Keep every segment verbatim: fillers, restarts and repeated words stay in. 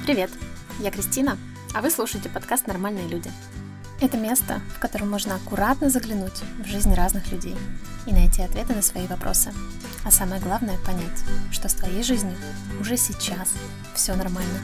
Привет, я Кристина, а вы слушаете подкаст «Нормальные люди». Это место, в котором можно аккуратно заглянуть в жизнь разных людей и найти ответы на свои вопросы. А самое главное — понять, что с твоей жизнью уже сейчас все нормально.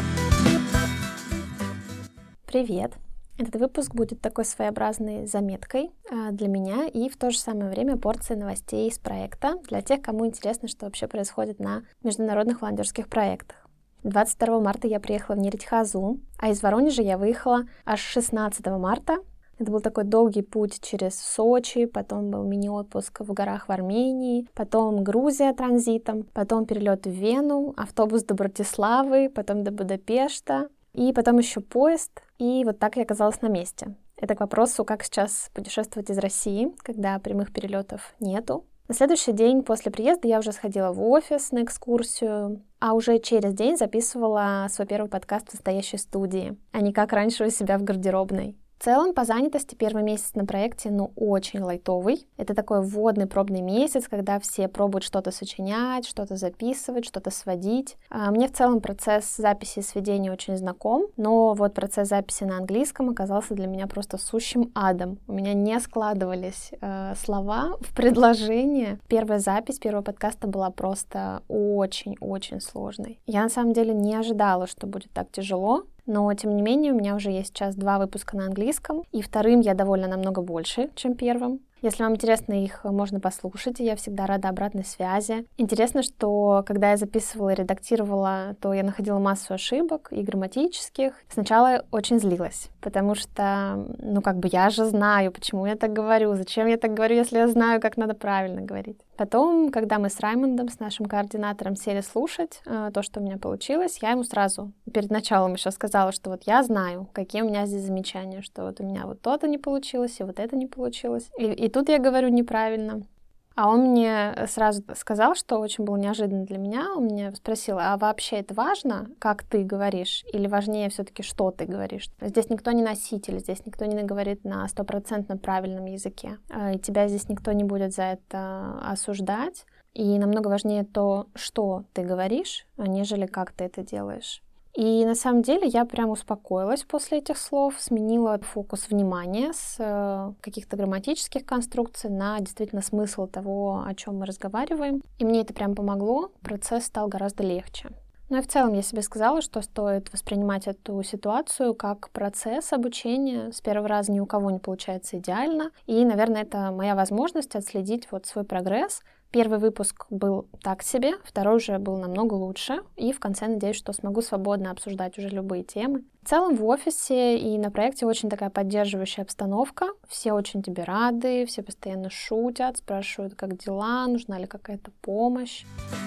Привет! Этот выпуск будет такой своеобразной заметкой для меня и в то же самое время порцией новостей из проекта для тех, кому интересно, что вообще происходит на международных волонтерских проектах. двадцать второго марта я приехала в Неритьхазу, а из Воронежа я выехала аж шестнадцатого марта. Это был такой долгий путь через Сочи, потом был мини-отпуск в горах в Армении, потом Грузия транзитом, потом перелет в Вену, автобус до Братиславы, потом до Будапешта, и потом еще поезд, и вот так я оказалась на месте. Это к вопросу, как сейчас путешествовать из России, когда прямых перелетов нету. На следующий день после приезда я уже сходила в офис на экскурсию, а уже через день записывала свой первый подкаст в настоящей студии, а не как раньше у себя в гардеробной. В целом, по занятости первый месяц на проекте, ну, очень лайтовый. Это такой вводный пробный месяц, когда все пробуют что-то сочинять, что-то записывать, что-то сводить. А мне в целом процесс записи и сведения очень знаком, но вот процесс записи на английском оказался для меня просто сущим адом. У меня не складывались э, слова в предложение. Первая запись первого подкаста была просто очень-очень сложной. Я на самом деле не ожидала, что будет так тяжело. Но, тем не менее, у меня уже есть сейчас два выпуска на английском, и вторым я довольна намного больше, чем первым. Если вам интересно, их можно послушать, и я всегда рада обратной связи. Интересно, что когда я записывала и редактировала, то я находила массу ошибок и грамматических. Сначала очень злилась, потому что, ну, как бы я же знаю, почему я так говорю, зачем я так говорю, если я знаю, как надо правильно говорить. Потом, когда мы с Раймондом, с нашим координатором, сели слушать э, то, что у меня получилось, я ему сразу перед началом еще сказала, что вот я знаю, какие у меня здесь замечания, что вот у меня вот то-то не получилось, и вот это не получилось. И, и тут я говорю неправильно. А он мне сразу сказал, что очень было неожиданно для меня. Он меня спросил, а вообще это важно, как ты говоришь, или важнее все-таки, что ты говоришь? Здесь никто не носитель, здесь никто не говорит на стопроцентно правильном языке. И тебя здесь никто не будет за это осуждать. И намного важнее то, что ты говоришь, нежели как ты это делаешь. И на самом деле я прям успокоилась после этих слов, сменила фокус внимания с э, каких-то грамматических конструкций на действительно смысл того, о чем мы разговариваем. И мне это прям помогло, процесс стал гораздо легче. Ну и в целом я себе сказала, что стоит воспринимать эту ситуацию как процесс обучения. С первого раза ни у кого не получается идеально. И, наверное, это моя возможность отследить вот свой прогресс. Первый выпуск был так себе, второй уже был намного лучше, и в конце надеюсь, что смогу свободно обсуждать уже любые темы. В целом в офисе и на проекте очень такая поддерживающая обстановка, все очень тебе рады, все постоянно шутят, спрашивают, как дела, нужна ли какая-то помощь.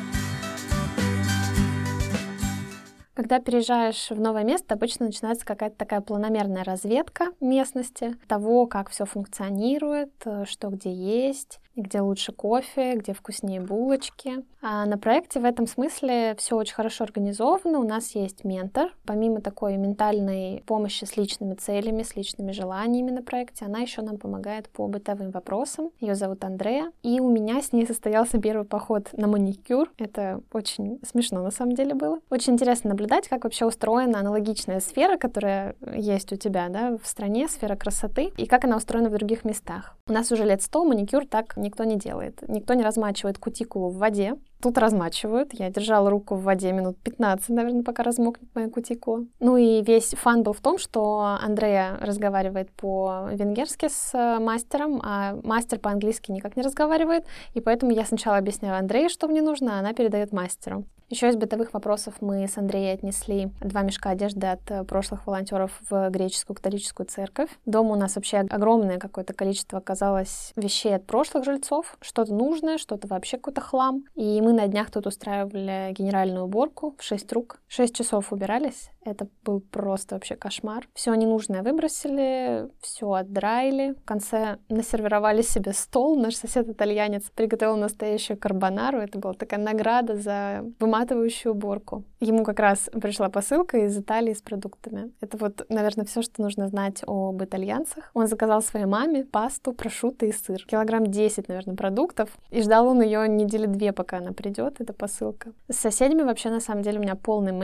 Когда переезжаешь в новое место, обычно начинается какая-то такая планомерная разведка местности, того, как все функционирует, что где есть, где лучше кофе, где вкуснее булочки. А на проекте в этом смысле все очень хорошо организовано. У нас есть ментор. Помимо такой ментальной помощи с личными целями, с личными желаниями на проекте, она еще нам помогает по бытовым вопросам. Ее зовут Андрея. И у меня с ней состоялся первый поход на маникюр. Это очень смешно на самом деле было. Очень интересно наблюдать, как вообще устроена аналогичная сфера, которая есть у тебя, да, в стране, сфера красоты, и как она устроена в других местах. У нас уже лет сто маникюр так никто не делает. Никто не размачивает кутикулу в воде. Тут размачивают. Я держала руку в воде минут пятнадцать, наверное, пока размокнет моя кутикула. Ну и весь фан был в том, что Андрея разговаривает по-венгерски с мастером, а мастер по-английски никак не разговаривает. И поэтому я сначала объясняю Андрею, что мне нужно, а она передает мастеру. Еще из бытовых вопросов мы с Андреей отнесли два мешка одежды от прошлых волонтеров в греческую католическую церковь. Дома у нас вообще огромное какое-то количество оказалось вещей от прошлых жильцов. Что-то нужное, что-то вообще какой-то хлам. И мы на днях тут устраивали генеральную уборку в шесть рук. Шесть часов убирались. Это был просто вообще кошмар. Все ненужное выбросили, все отдраили. В конце насервировали себе стол. Наш сосед-итальянец приготовил настоящую карбонару. Это была такая награда за выматывающую уборку. Ему как раз пришла посылка из Италии с продуктами. Это вот, наверное, все, что нужно знать об итальянцах. Он заказал своей маме пасту, прошутто и сыр. Килограмм десять, наверное, продуктов. И ждал он ее недели две, пока она придет, эта посылка. С соседями вообще, на самом деле, у меня полный матч.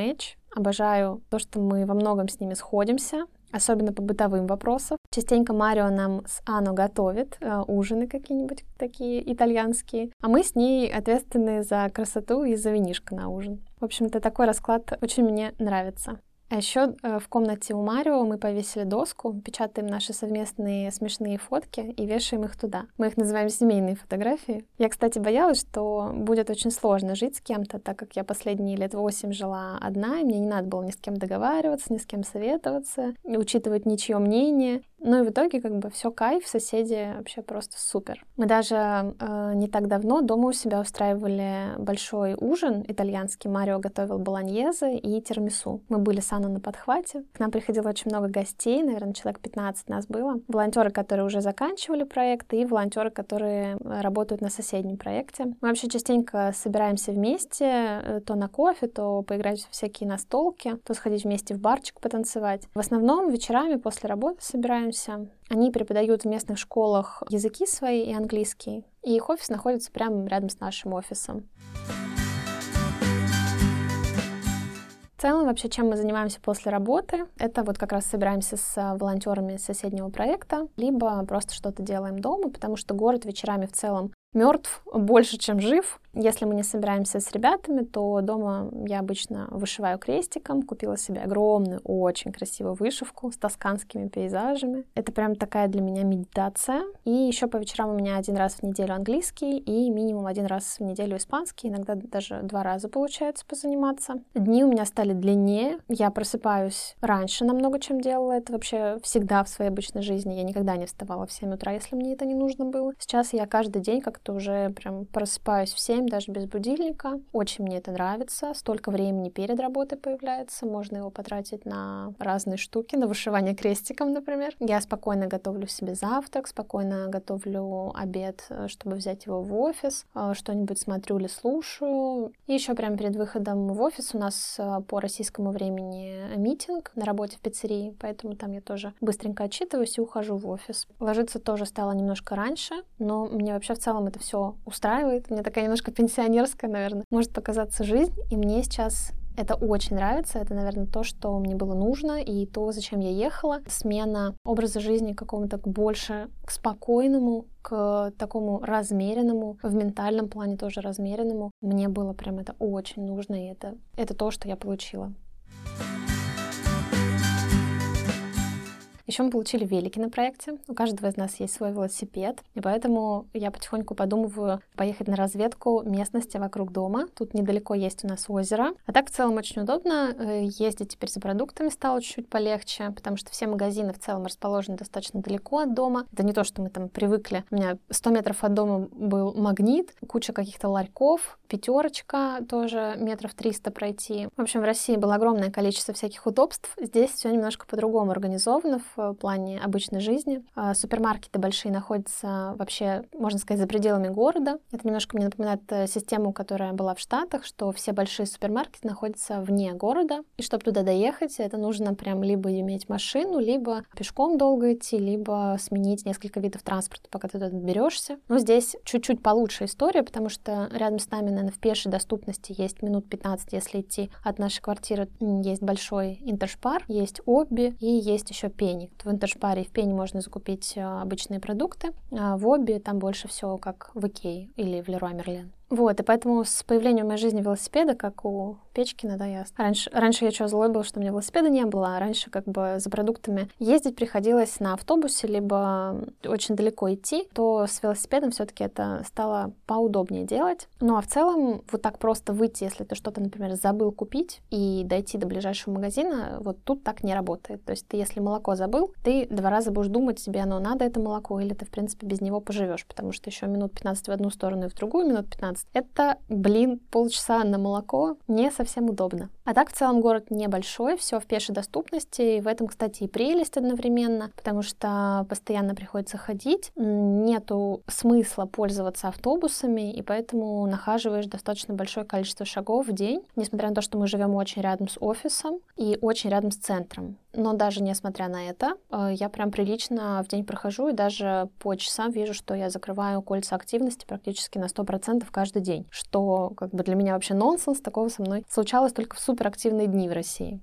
Обожаю то, что мы во многом с ними сходимся, особенно по бытовым вопросам. Частенько Марио нам с Ано готовит э, ужины какие-нибудь такие итальянские, а мы с ней ответственны за красоту и за винишко на ужин. В общем-то, такой расклад очень мне нравится. А еще э, в комнате у Марио мы повесили доску, печатаем наши совместные смешные фотки и вешаем их туда. Мы их называем семейные фотографии. Я, кстати, боялась, что будет очень сложно жить с кем-то, так как я последние лет восемь жила одна, и мне не надо было ни с кем договариваться, ни с кем советоваться, не учитывать ничье мнение. Ну и в итоге как бы все кайф, соседи вообще просто супер. Мы даже э, не так давно дома у себя устраивали большой ужин итальянский. Марио готовил болоньезе и тирамису. Мы были с Анной на подхвате. К нам приходило очень много гостей, наверное, человек пятнадцать нас было. Волонтеры, которые уже заканчивали проект, и волонтеры, которые работают на соседнем проекте. Мы вообще частенько собираемся вместе, то на кофе, то поиграть в всякие настолки, то сходить вместе в барчик потанцевать. В основном вечерами после работы собираемся. Они преподают в местных школах языки свои и английский, и их офис находится прямо рядом с нашим офисом. В целом, вообще, чем мы занимаемся после работы, это вот как раз собираемся с волонтерами соседнего проекта, либо просто что-то делаем дома, потому что город вечерами в целом мертв больше, чем жив. Если мы не собираемся с ребятами, то дома я обычно вышиваю крестиком. Купила себе огромную, очень красивую вышивку с тосканскими пейзажами. Это прям такая для меня медитация. И еще по вечерам у меня один раз в неделю английский и минимум один раз в неделю испанский. Иногда даже два раза получается позаниматься. Дни у меня стали длиннее. Я просыпаюсь раньше намного, чем делала это вообще всегда в своей обычной жизни. Я никогда не вставала в семь утра, если мне это не нужно было. Сейчас я каждый день как-то уже прям просыпаюсь в семь, даже без будильника. Очень мне это нравится. Столько времени перед работой появляется. Можно его потратить на разные штуки, на вышивание крестиком, например. Я спокойно готовлю себе завтрак, спокойно готовлю обед, чтобы взять его в офис. Что-нибудь смотрю или слушаю. И еще прямо перед выходом в офис у нас по российскому времени митинг на работе в пиццерии, поэтому там я тоже быстренько отчитываюсь и ухожу в офис. Ложиться тоже стало немножко раньше, но мне вообще в целом это все устраивает. Мне такая немножко пенсионерская, наверное, может показаться жизнь, и мне сейчас это очень нравится. Это, наверное, то, что мне было нужно, и то, зачем я ехала. Смена образа жизни к какому-то больше к спокойному, к такому размеренному, в ментальном плане тоже размеренному. Мне было прям это очень нужно, и это, это то, что я получила. Еще мы получили велики на проекте. У каждого из нас есть свой велосипед, и поэтому я потихоньку подумываю поехать на разведку местности вокруг дома. Тут недалеко есть у нас озеро. А так в целом очень удобно. Ездить теперь за продуктами стало чуть-чуть полегче, потому что все магазины в целом расположены достаточно далеко от дома. Это не то, что мы там привыкли. У меня сто метров от дома был Магнит, куча каких-то ларьков, пятерочка тоже метров триста пройти. В общем, в России было огромное количество всяких удобств. Здесь все немножко по-другому организовано в плане обычной жизни. Супермаркеты большие находятся вообще, можно сказать, за пределами города. Это немножко мне напоминает систему, которая была в Штатах, что все большие супермаркеты находятся вне города. И чтобы туда доехать, это нужно прям либо иметь машину, либо пешком долго идти, либо сменить несколько видов транспорта, пока ты туда доберешься. Но здесь чуть-чуть получше история, потому что рядом с нами, наверное, в пешей доступности есть минут пятнадцать, если идти от нашей квартиры. Есть большой Интершпар, есть Обби и есть еще Пенни. В Интершпаре и в Пенни можно закупить обычные продукты, а в Обби там больше всего как в Икее или в Леруа Мерлен. Вот, и поэтому с появлением в моей жизни велосипеда, как у Печкина, да, я... Раньше, раньше я что, злой был, что у меня велосипеда не было, а раньше как бы за продуктами ездить приходилось на автобусе, либо очень далеко идти, то с велосипедом все-таки это стало поудобнее делать. Ну, а в целом вот так просто выйти, если ты что-то, например, забыл купить и дойти до ближайшего магазина, вот тут так не работает. То есть ты, если молоко забыл, ты два раза будешь думать, тебе оно надо, это молоко, или ты, в принципе, без него поживешь, потому что еще минут пятнадцать в одну сторону и в другую, минут пятнадцать. Это, блин, полчаса на молоко не совсем удобно. А так в целом город небольшой, все в пешей доступности, и в этом, кстати, и прелесть одновременно, потому что постоянно приходится ходить, нету смысла пользоваться автобусами, и поэтому нахаживаешь достаточно большое количество шагов в день, несмотря на то, что мы живем очень рядом с офисом и очень рядом с центром. Но даже несмотря на это, я прям прилично в день прохожу, и даже по часам вижу, что я закрываю кольца активности практически на сто процентов каждый день, что как бы для меня вообще нонсенс, такого со мной случалось только в суперактивные дни в России.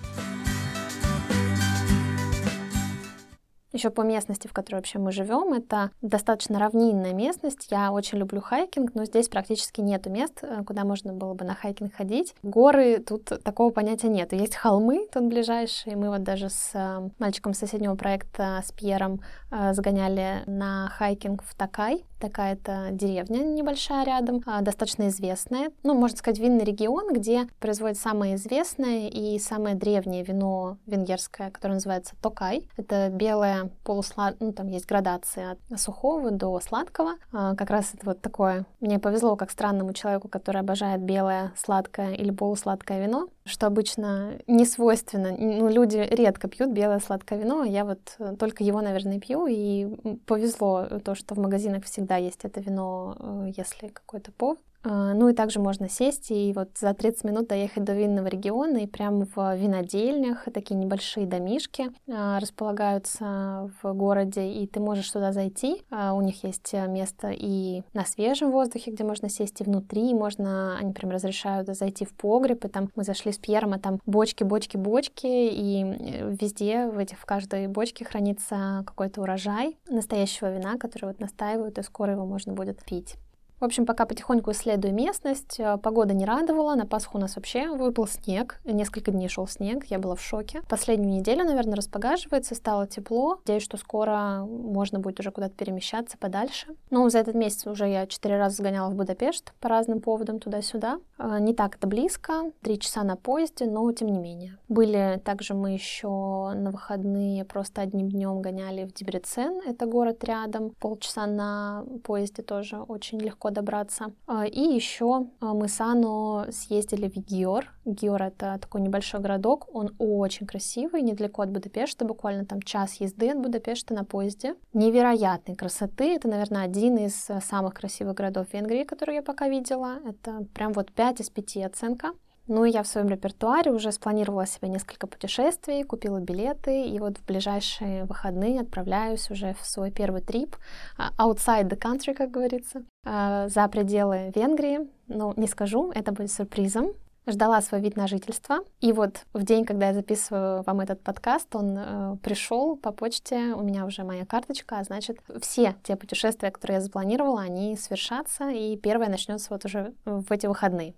Еще по местности, в которой вообще мы живем, это достаточно равнинная местность. Я очень люблю хайкинг, но здесь практически нету мест, куда можно было бы на хайкинг ходить. Горы, тут такого понятия нету. Есть холмы тут ближайшие. Мы вот даже с мальчиком соседнего проекта, с Пьером, сгоняли на хайкинг в Токай. Такая это деревня небольшая рядом, достаточно известная. Ну, можно сказать, винный регион, где производят самое известное и самое древнее вино венгерское, которое называется Токай. Это белое полусладкое, ну, там есть градация от сухого до сладкого. Как раз это вот такое. Мне повезло как странному человеку, который обожает белое, сладкое или полусладкое вино, что обычно не свойственно. Ну, люди редко пьют белое сладкое вино, а я вот только его, наверное, пью, и повезло то, что в магазинах всегда да, есть это вино, если какой-то повод. Ну и также можно сесть и вот за тридцать минут доехать до винного региона, и прямо в винодельнях такие небольшие домишки располагаются в городе, и ты можешь туда зайти. У них есть место и на свежем воздухе, где можно сесть, и внутри можно, они прям разрешают зайти в погреб, и там мы зашли с Пьером, а там бочки, бочки, бочки, и везде в этих, в каждой бочке хранится какой-то урожай настоящего вина, который вот настаивают, и скоро его можно будет пить. В общем, пока потихоньку исследую местность, погода не радовала, на Пасху у нас вообще выпал снег, несколько дней шел снег, я была в шоке. Последнюю неделю, наверное, распогаживается, стало тепло, надеюсь, что скоро можно будет уже куда-то перемещаться подальше. Но за этот месяц уже я четыре раза сгоняла в Будапешт по разным поводам туда-сюда. Не так это близко, три часа на поезде, но тем не менее. Были также мы еще на выходные просто одним днем гоняли в Дебрецен, это город рядом, полчаса на поезде тоже очень легко добраться. И еще мы с Ано съездили в Гиор. Гиор — это такой небольшой городок, он очень красивый, недалеко от Будапешта, буквально там час езды от Будапешта на поезде. Невероятной красоты, это, наверное, один из самых красивых городов Венгрии, который я пока видела. Это прям вот пять из пяти оценка. Ну и я в своем репертуаре уже спланировала себе несколько путешествий, купила билеты, и вот в ближайшие выходные отправляюсь уже в свой первый трип, outside the country, как говорится, за пределы Венгрии. Ну, не скажу, это будет сюрпризом. Ждала свой вид на жительство, и вот в день, когда я записываю вам этот подкаст, он э, пришел по почте, у меня уже моя карточка, а значит, все те путешествия, которые я запланировала, они свершатся, и первое начнется вот уже в эти выходные.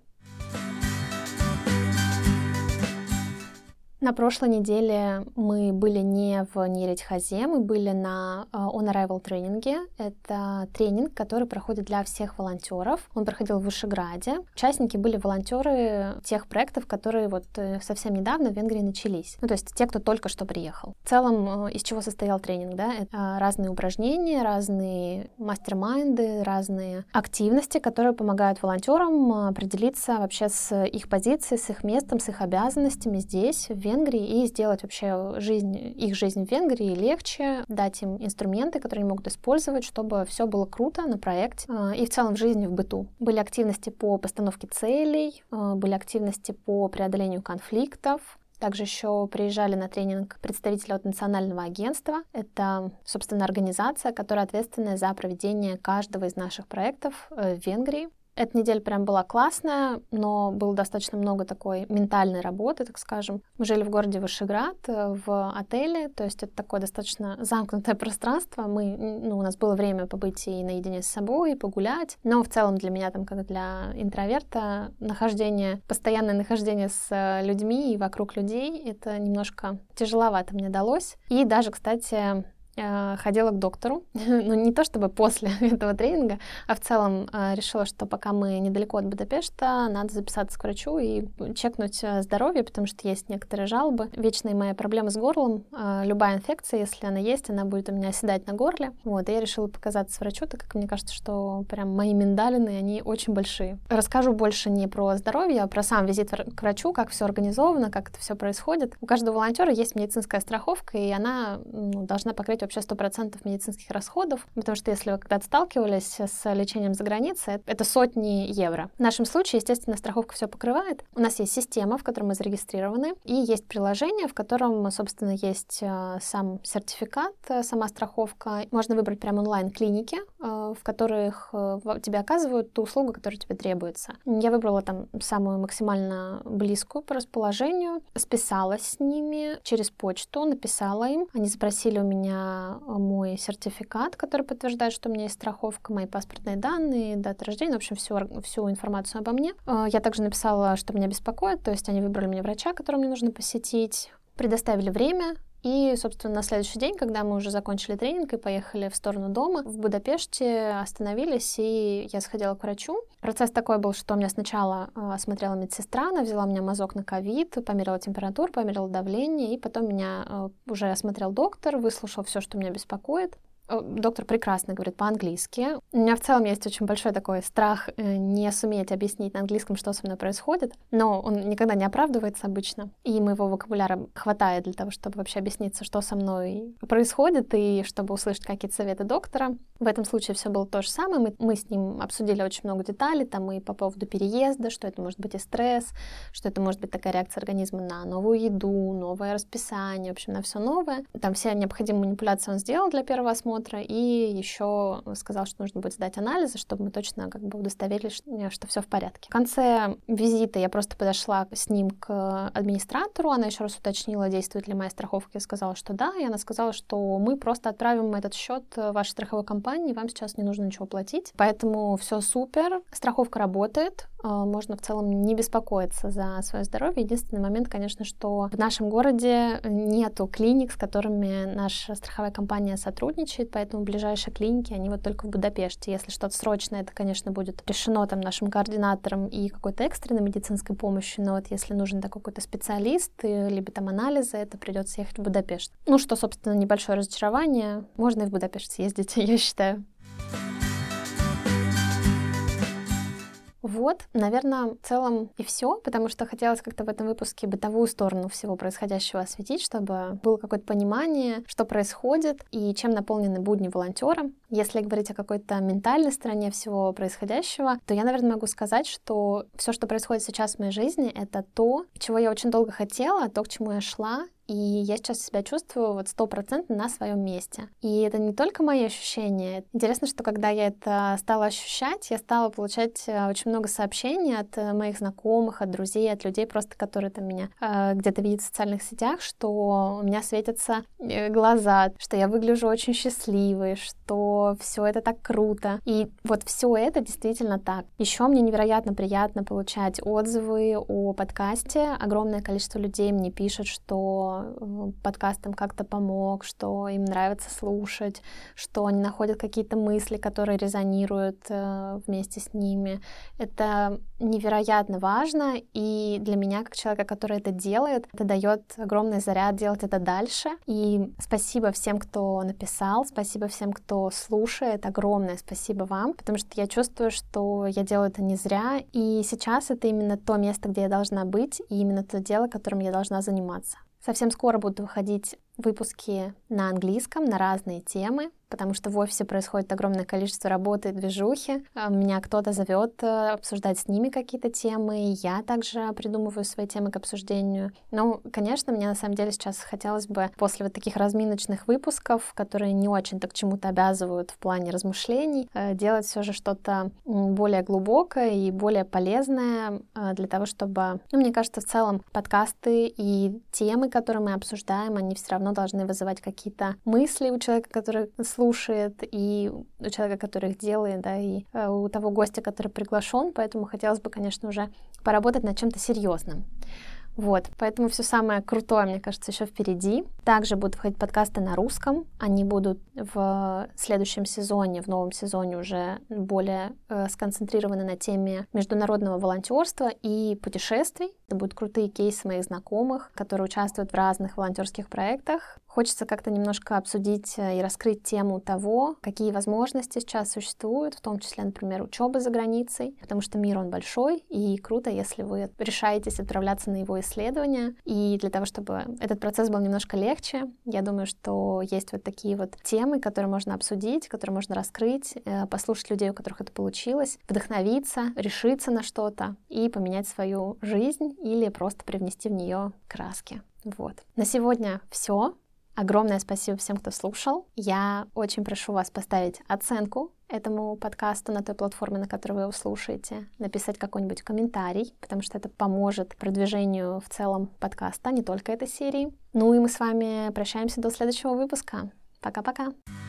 На прошлой неделе мы были не в Нейретьхазе, мы были на uh, On Arrival тренинге. Это тренинг, который проходит для всех волонтеров. Он проходил в Вышеграде. Участники были волонтеры тех проектов, которые вот совсем недавно в Венгрии начались. Ну, то есть те, кто только что приехал. В целом, из чего состоял тренинг, да? Это разные упражнения, разные мастер-майнды, разные активности, которые помогают волонтерам определиться вообще с их позицией, с их местом, с их обязанностями здесь, в Венгрии, и сделать вообще жизнь, их жизнь в Венгрии легче, дать им инструменты, которые они могут использовать, чтобы все было круто на проекте и в целом в жизни, в быту. Были активности по постановке целей, были активности по преодолению конфликтов. Также еще приезжали на тренинг представители от Национального агентства. Это, собственно, организация, которая ответственна за проведение каждого из наших проектов в Венгрии. Эта неделя прям была классная, но было достаточно много такой ментальной работы, так скажем. Мы жили в городе Вышеград, в отеле, то есть это такое достаточно замкнутое пространство. Мы, ну, у нас было время побыть и наедине с собой, и погулять, но в целом для меня, там, как для интроверта, нахождение, постоянное нахождение с людьми и вокруг людей, это немножко тяжеловато мне далось. И даже, кстати, ходила к доктору, ну не то чтобы после этого тренинга, а в целом решила, что пока мы недалеко от Будапешта, надо записаться к врачу и чекнуть здоровье, потому что есть некоторые жалобы. Вечная моя проблема с горлом, любая инфекция, если она есть, она будет у меня оседать на горле. Вот, и я решила показаться врачу, так как мне кажется, что прям мои миндалины, они очень большие. Расскажу больше не про здоровье, а про сам визит к врачу, как все организовано, как это все происходит. У каждого волонтера есть медицинская страховка, и она, ну, должна покрыть вообще сто процентов медицинских расходов, потому что если вы когда-то сталкивались с лечением за границей, это сотни евро. В нашем случае, естественно, страховка все покрывает. У нас есть система, в которой мы зарегистрированы, и есть приложение, в котором, собственно, есть сам сертификат, сама страховка. Можно выбрать прямо онлайн-клиники, в которых тебе оказывают ту услугу, которая тебе требуется. Я выбрала там самую максимально близкую по расположению, списалась с ними через почту, написала им. Они запросили у меня мой сертификат, который подтверждает, что у меня есть страховка, мои паспортные данные, дата рождения, в общем, всю, всю информацию обо мне. Я также написала, что меня беспокоит, то есть они выбрали мне врача, которого мне нужно посетить, предоставили время. И, собственно, на следующий день, когда мы уже закончили тренинг и поехали в сторону дома, в Будапеште остановились, и я сходила к врачу. Процесс такой был, что меня сначала осмотрела медсестра, она взяла у меня мазок на ковид, померила температуру, померила давление, и потом меня уже осмотрел доктор, выслушал все, что меня беспокоит. Доктор прекрасно говорит по-английски. У меня в целом есть очень большой такой страх не суметь объяснить на английском, что со мной происходит, но он никогда не оправдывается обычно, и моего вокабуляра хватает для того, чтобы вообще объясниться, что со мной происходит, и чтобы услышать какие-то советы доктора. В этом случае все было то же самое. Мы, мы с ним обсудили очень много деталей, там и по поводу переезда, что это может быть и стресс, что это может быть такая реакция организма на новую еду, новое расписание, в общем, на все новое. Там все необходимые манипуляции он сделал для первого осмотра, и еще сказал, что нужно будет сдать анализы, чтобы мы точно как бы удостоверились, что все в порядке. В конце визита я просто подошла с ним к администратору, она еще раз уточнила, действует ли моя страховка, я сказала, что да, и она сказала, что мы просто отправим этот счет вашей страховой компании, вам сейчас не нужно ничего платить, поэтому все супер, страховка работает, можно в целом не беспокоиться за свое здоровье. Единственный момент, конечно, что в нашем городе нету клиник, с которыми наша страховая компания сотрудничает, поэтому ближайшие клиники, они вот только в Будапеште. Если что-то срочное, это, конечно, будет решено там нашим координатором и какой-то экстренной медицинской помощью, но вот если нужен такой какой-то специалист, либо там анализы, это придется ехать в Будапешт. Ну, что, собственно, небольшое разочарование. Можно и в Будапешт съездить, я считаю. Вот, наверное, в целом и все, потому что хотелось как-то в этом выпуске бытовую сторону всего происходящего осветить, чтобы было какое-то понимание, что происходит и чем наполнены будни волонтера. Если говорить о какой-то ментальной стороне всего происходящего, то я, наверное, могу сказать, что все, что происходит сейчас в моей жизни, это то, чего я очень долго хотела, то, к чему я шла, и я сейчас себя чувствую вот стопроцентно на своем месте. И это не только мои ощущения. Интересно, что когда я это стала ощущать, я стала получать очень много сообщений от моих знакомых, от друзей, от людей просто, которые там меня э, где-то видят в социальных сетях, что у меня светятся глаза, что я выгляжу очень счастливой, что все это так круто. И вот все это действительно так. Еще мне невероятно приятно получать отзывы о подкасте. Огромное количество людей мне пишет, что подкаст им как-то помог, что им нравится слушать, что они находят какие-то мысли, которые резонируют э, вместе с ними. Это невероятно важно, и для меня, как человека, который это делает, это дает огромный заряд делать это дальше. И спасибо всем, кто написал, спасибо всем, кто слушает, огромное спасибо вам, потому что я чувствую, что я делаю это не зря, и сейчас это именно то место, где я должна быть, и именно то дело, которым я должна заниматься. Совсем скоро будут выходить выпуски на английском на разные темы, потому что в офисе происходит огромное количество работы и движухи. Меня кто-то зовет обсуждать с ними какие-то темы, я также придумываю свои темы к обсуждению. Ну, конечно, мне на самом деле сейчас хотелось бы после вот таких разминочных выпусков, которые не очень-то к чему-то обязывают в плане размышлений, делать все же что-то более глубокое и более полезное для того, чтобы, ну, мне кажется, в целом подкасты и темы, которые мы обсуждаем, они все равно должны вызывать какие-то мысли у человека, который слушает, и у человека, который их делает, да, и у того гостя, который приглашен, поэтому хотелось бы, конечно, уже поработать над чем-то серьезным. Вот, поэтому все самое крутое, мне кажется, еще впереди. Также будут выходить подкасты на русском. Они будут в следующем сезоне, в новом сезоне уже более э, сконцентрированы на теме международного волонтерства и путешествий. Это будут крутые кейсы моих знакомых, которые участвуют в разных волонтерских проектах. Хочется как-то немножко обсудить и раскрыть тему того, какие возможности сейчас существуют, в том числе, например, учеба за границей, потому что мир, он большой, и круто, если вы решаетесь отправляться на его исследования. И для того, чтобы этот процесс был немножко легче, я думаю, что есть вот такие вот темы, которые можно обсудить, которые можно раскрыть, послушать людей, у которых это получилось, вдохновиться, решиться на что-то и поменять свою жизнь или просто привнести в нее краски. Вот. На сегодня все. Огромное спасибо всем, кто слушал. Я очень прошу вас поставить оценку этому подкасту на той платформе, на которой вы его слушаете, написать какой-нибудь комментарий, потому что это поможет продвижению в целом подкаста, не только этой серии. Ну и мы с вами прощаемся до следующего выпуска. Пока-пока!